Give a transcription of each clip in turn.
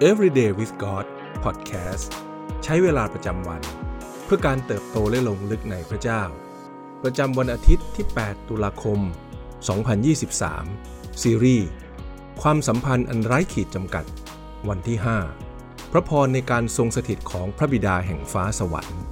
Everyday with God Podcast ใช้เวลาประจำวันเพื่อการเติบโตและลงลึกในพระเจ้าประจำวันอาทิตย์ที่ 8 ตุลาคม 2023 ซีรีส์ความสัมพันธ์อันไร้ขีดจำกัดวันที่ 5 พระพรในการทรงสถิตของพระบิดาแห่งฟ้าสวรรค์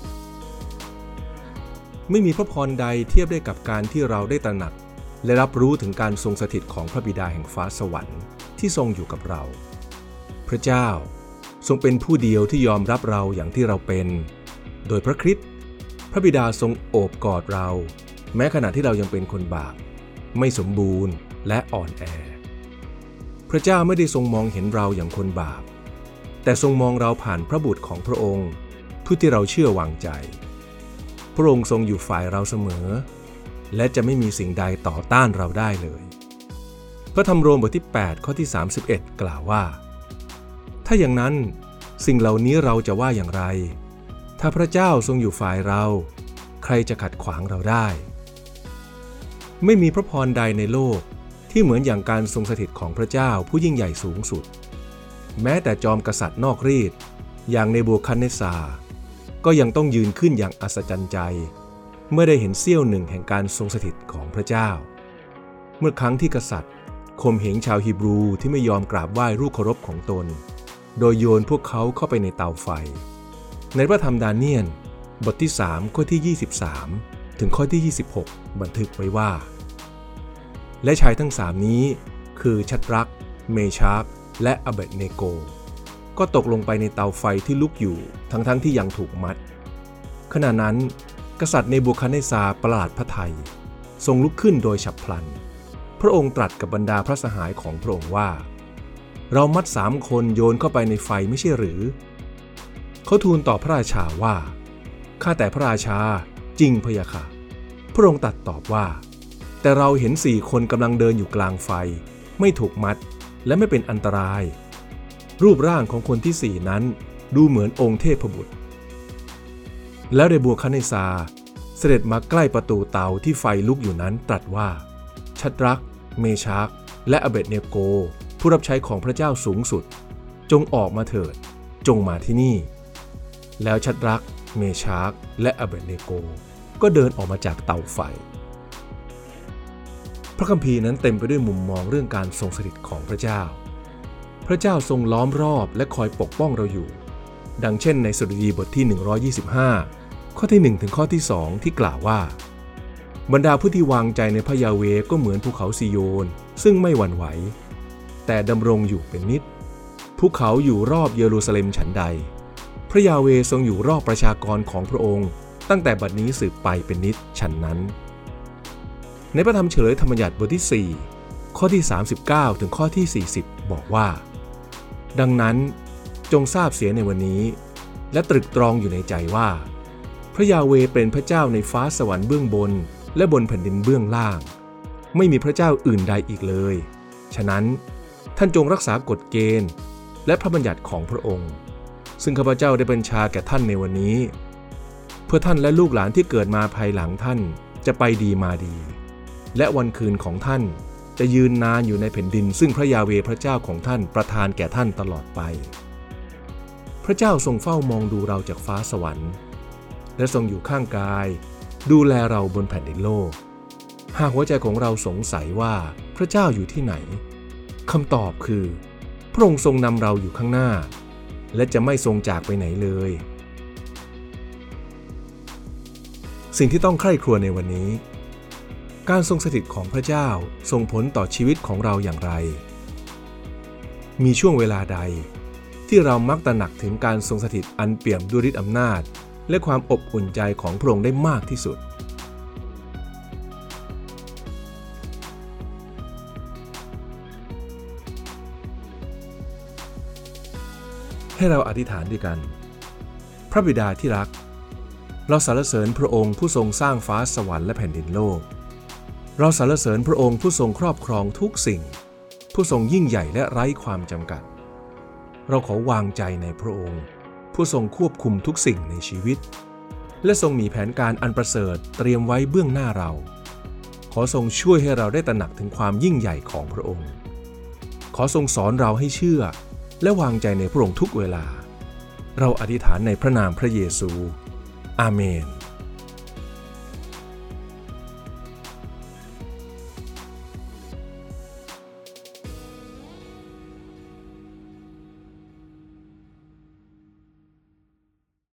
ไม่มีพระพรใดเทียบได้กับการที่เราได้ตระหนักและรับรู้ถึงการทรงสถิตของพระบิดาแห่งฟ้าสวรรค์ที่ทรงอยู่กับเราพระเจ้าทรงเป็นผู้เดียวที่ยอมรับเราอย่างที่เราเป็นโดยพระคริสต์พระบิดาทรงโอบกอดเราแม้ขณะที่เรายังเป็นคนบาปไม่สมบูรณ์และอ่อนแอพระเจ้าไม่ได้ทรงมองเห็นเราอย่างคนบาปแต่ทรงมองเราผ่านพระบุตรของพระองค์ผู้ที่เราเชื่อวางใจพระองค์ทรงอยู่ฝ่ายเราเสมอและจะไม่มีสิ่งใดต่อต้านเราได้เลยพระธรรมโรมบทที่ 8 ข้อที่ 31 กล่าวว่าถ้าอย่างนั้นสิ่งเหล่านี้เราจะว่าอย่างไรถ้าพระเจ้าทรงอยู่ฝ่ายเราใครจะขัดขวางเราได้ไม่มีพระพรใดในโลกที่เหมือนอย่างการทรงสถิตของพระเจ้าผู้ยิ่งใหญ่สูงสุดแม้แต่จอมกษัตริย์นอกรีดอย่างเนบูคัดเนสซาร์ก็ยังต้องยืนขึ้นอย่างอัศจรรย์ใจเมื่อได้เห็นเสี้ยวหนึ่งแห่งการทรงสถิตของพระเจ้าเมื่อครั้งที่กษัตริย์ข่มเหงชาวฮีบรูที่ไม่ยอมกราบไหว้รูปเคารพของตนโดยโยนพวกเขาเข้าไปในเตาไฟในพระธรรมดาเนียลบทที่ 3 ข้อที่ 23 ถึงข้อที่ 26 บันทึกไว้ว่าและชายทั้งสามนี้คือชัดรักเมชากและอเบดเนโกก็ตกลงไปในเตาไฟที่ลุกอยู่ทั้งที่ยังถูกมัดขณะนั้นกษัตริย์เนบูคัดเนสซาร์ประหลาดพระทัยทรงลุกขึ้นโดยฉับพลันพระองค์ตรัสกับบรรดาพระสหายของพระองค์ว่าเรามัด3 คนโยนเข้าไปในไฟไม่ใช่หรือเขาทูลต่อพระราชาว่าข้าแต่พระราชาจริงพะยะค่ะพระองค์ตรัสตอบว่าแต่เราเห็น4 คนกำลังเดินอยู่กลางไฟไม่ถูกมัดและไม่เป็นอันตรายรูปร่างของคนที่4นั้นดูเหมือนองค์เทพบุตรแล้วเนบูคัดเนสซาร์เสด็จมาใกล้ประตูเตาที่ไฟลุกอยู่นั้นตรัสว่าชัดรักเมชากและอเบดเนโกผู้รับใช้ของพระเจ้าสูงสุดจงออกมาเถิดจงมาที่นี่แล้วชัดรักเมชากและอเบดเนโกก็เดินออกมาจากเตาไฟพระคัมภีร์นั้นเต็มไปด้วยมุมมองเรื่องการทรงสถิตของพระเจ้าพระเจ้าทรงล้อมรอบและคอยปกป้องเราอยู่ดังเช่นในสดุดีบทที่125ข้อที่1ถึงข้อที่2ที่กล่าวว่าบรรดาผู้ที่วางใจในพระยาเวห์ก็เหมือนภูเขาซิโยนซึ่งไม่หวั่นไหวแต่ดำรงอยู่เป็นนิจภูเขาอยู่รอบเยรูซาเล็มฉันใดพระยาเวห์ทรงอยู่รอบประชากรของพระองค์ตั้งแต่บัดนี้สืบไปเป็นนิจฉันนั้นในพระธรรมเฉลยธรรมบัญญัติบทที่4ข้อที่39ถึงข้อที่40บอกว่าดังนั้นจงทราบเสียในวันนี้และตรึกตรองอยู่ในใจว่าพระยาเวห์เป็นพระเจ้าในฟ้าสวรรค์เบื้องบนและบนแผ่นดินเบื้องล่างไม่มีพระเจ้าอื่นใดอีกเลยฉะนั้นท่านจงรักษากฎเกณฑ์และพระบัญญัติของพระองค์ซึ่งข้าพเจ้าได้บัญชาแก่ท่านในวันนี้เพื่อท่านและลูกหลานที่เกิดมาภายหลังท่านจะไปดีมาดีและวันคืนของท่านจะยืนนานอยู่ในแผ่นดินซึ่งพระยาเวห์พระเจ้าของท่านประทานแก่ท่านตลอดไปพระเจ้าทรงเฝ้ามองดูเราจากฟ้าสวรรค์และทรงอยู่ข้างกายดูแลเราบนแผ่นดินโลกหากหัวใจของเราสงสัยว่าพระเจ้าอยู่ที่ไหนคำตอบคือพระองค์ทรงนำเราอยู่ข้างหน้าและจะไม่ทรงจากไปไหนเลยสิ่งที่ต้องใคร่ครวญในวันนี้การทรงสถิตของพระเจ้าส่งผลต่อชีวิตของเราอย่างไรมีช่วงเวลาใดที่เรามักตระหนักถึงการทรงสถิตอันเปี่ยมด้วยฤทธิ์อำนาจและความอบอุ่นใจของพระองค์ได้มากที่สุดให้เราอธิษฐานด้วยกันพระบิดาที่รักเราสรรเสริญพระองค์ผู้ทรงสร้างฟ้าสวรรค์และแผ่นดินโลกเราสรรเสริญพระองค์ผู้ทรงครอบครองทุกสิ่งผู้ทรงยิ่งใหญ่และไร้ความจำกัดเราขอวางใจในพระองค์ผู้ทรงควบคุมทุกสิ่งในชีวิตและทรงมีแผนการอันประเสริฐเตรียมไว้เบื้องหน้าเราขอทรงช่วยให้เราได้ตระหนักถึงความยิ่งใหญ่ของพระองค์ขอทรงสอนเราให้เชื่อและวางใจในพระองค์ทุกเวลาเราอธิษฐานในพระนามพระเยซูอาเมน